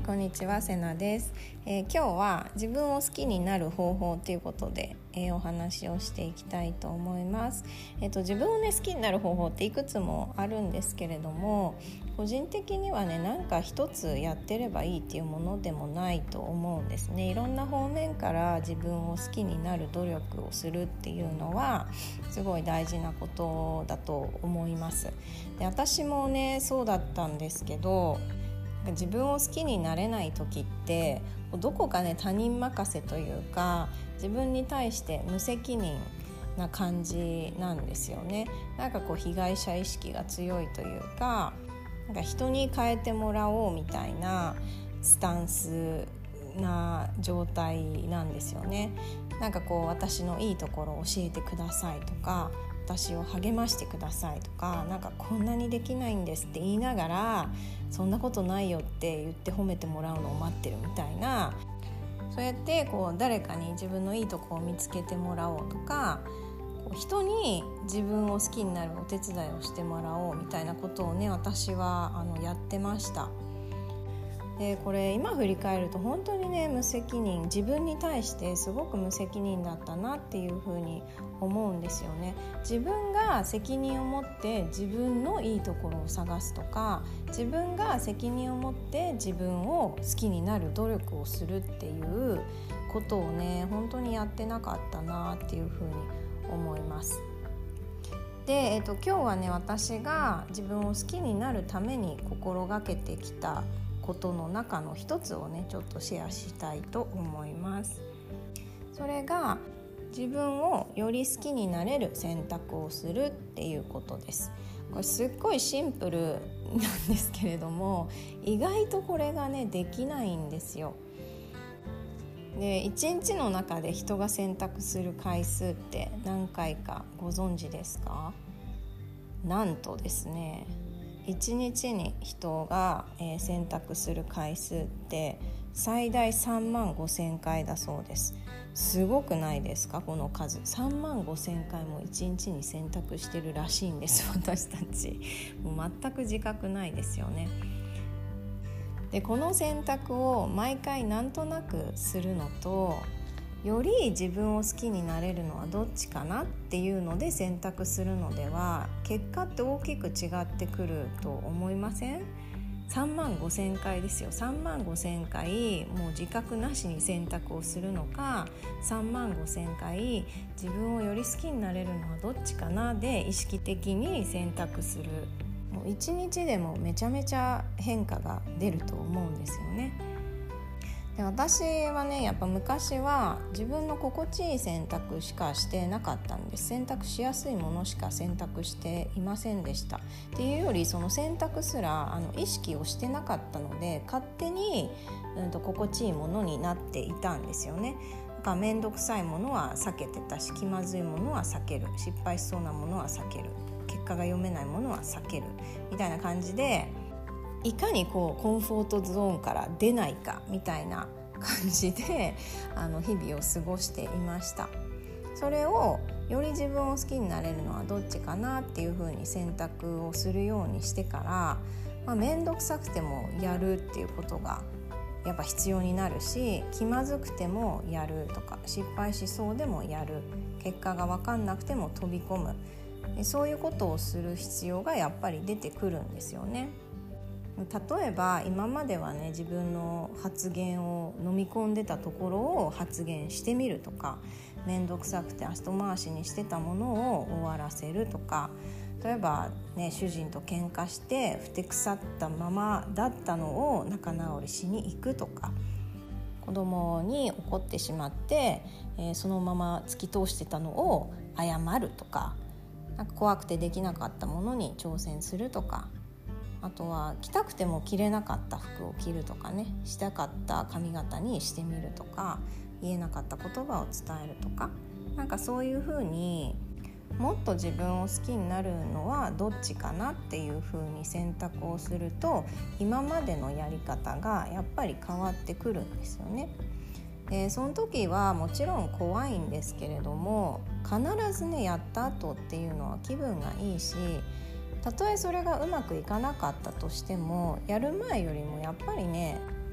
こんにちは、せなです。今日は自分を好きになる方法ということで、お話をしていきたいと思います。自分を好きになる方法っていくつもあるんですけれども、個人的にはなんか一つやってればいいっていうものでもないと思うんですね。いろんな方面から自分を好きになる努力をするっていうのはすごい大事なことだと思います。で、私もそうだったんですけど、自分を好きになれない時ってどこか他人任せというか、自分に対して無責任な感じなんですよね。被害者意識が強いというか、人に変えてもらおうみたいなスタンスな状態なんですよね。私のいいところを教えてくださいとか、私を励ましてくださいとか、こんなにできないんですって言いながら、そんなことないよって言って褒めてもらうのを待ってるみたいな、そうやって誰かに自分のいいところを見つけてもらおうとか、人に自分を好きになるお手伝いをしてもらおうみたいなことを私はやってました。で、これ今振り返ると本当に無責任、自分に対してすごく無責任だったなっていうふうに思うんですよね。自分が責任を持って自分のいいところを探すとか、自分が責任を持って自分を好きになる努力をするっていうことを本当にやってなかったなっていうふうに思います。で、今日は私が自分を好きになるために心がけてきたことの中の一つをちょっとシェアしたいと思います。それが自分をより好きになれる選択をするっていうことです。これすっごいシンプルなんですけれども、意外とこれができないんですよ。で、一日の中で人が選択する回数って何回かご存知ですか？なんとですね、1日に人が選択する回数って最大3万5,000回だそうです。すごくないですか？この数3万5,000回も1日に選択してるらしいんです、私たち。もう全く自覚ないですよね。で、この選択を毎回なんとなくするのと、より自分を好きになれるのはどっちかなっていうので選択するのでは、結果って大きく違ってくると思いません？3万5,000回ですよ。3万5,000回もう自覚なしに選択をするのか、3万5,000回自分をより好きになれるのはどっちかなで意識的に選択する。もう1日でもめちゃめちゃ変化が出ると思うんですよね。で、私はやっぱ昔は自分の心地いい選択しかしてなかったんです。選択しやすいものしか選択していませんでした。っていうより、その選択すら意識をしてなかったので、勝手に、心地いいものになっていたんですよね。めんどくさいものは避けてたし、気まずいものは避ける、失敗しそうなものは避ける、結果が読めないものは避けるみたいな感じで、いかにコンフォートゾーンから出ないかみたいな感じで日々を過ごしていました。それをより自分を好きになれるのはどっちかなっていう風に選択をするようにしてから、めんどくさくてもやるっていうことがやっぱ必要になるし、気まずくてもやるとか、失敗しそうでもやる、結果が分かんなくても飛び込む、そういうことをする必要がやっぱり出てくるんですよね。例えば今までは自分の発言を飲み込んでたところを発言してみるとか、めんどくさくて後回しにしてたものを終わらせるとか、例えば主人と喧嘩してふてくさったままだったのを仲直りしに行くとか、子供に怒ってしまって、そのまま突き通してたのを謝るとか、怖くてできなかったものに挑戦するとか、あとは着たくても着れなかった服を着るとかしたかった髪型にしてみるとか、言えなかった言葉を伝えるとか、そういう風にもっと自分を好きになるのはどっちかなっていう風に選択をすると、今までのやり方がやっぱり変わってくるんですよね。で、その時はもちろん怖いんですけれども、必ずやった後っていうのは気分がいいし、たとえそれがうまくいかなかったとしても、やる前よりもやっぱり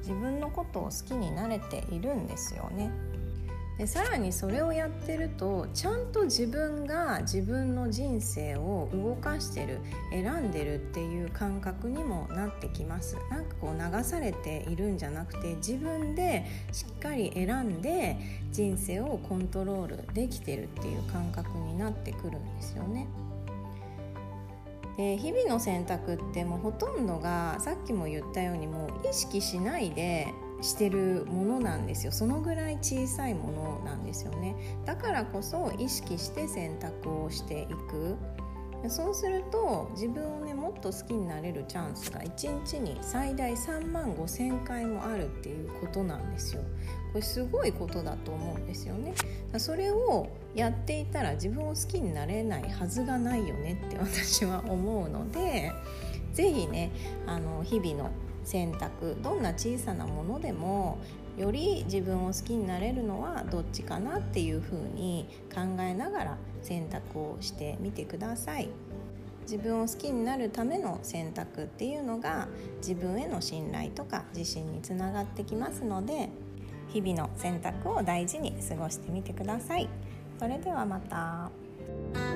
自分のことを好きになれているんですよね。でさらにそれをやってるとちゃんと自分が自分の人生を動かしてる、選んでるっていう感覚にもなってきます。なんか流されているんじゃなくて、自分でしっかり選んで人生をコントロールできてるっていう感覚になってくるんですよね。で日々の選択ってもうほとんどがさっきも言ったようにもう意識しないでしてるものなんですよ。そのぐらい小さいものなんですよね。だからこそ意識して選択をしていく。そうすると自分をねもっと好きになれるチャンスが1日に最大3万5,000回もあるっていうことなんですよ。これすごいことだと思うんですよね。それをやっていたら自分を好きになれないはずがないよねって私は思うので、ぜひね日々の選択、どんな小さなものでもより自分を好きになれるのはどっちかなっていうふうに考えながら選択をしてみてください。自分を好きになるための選択っていうのが自分への信頼とか自信につながってきますので、日々の選択を大事に過ごしてみてください。それではまた。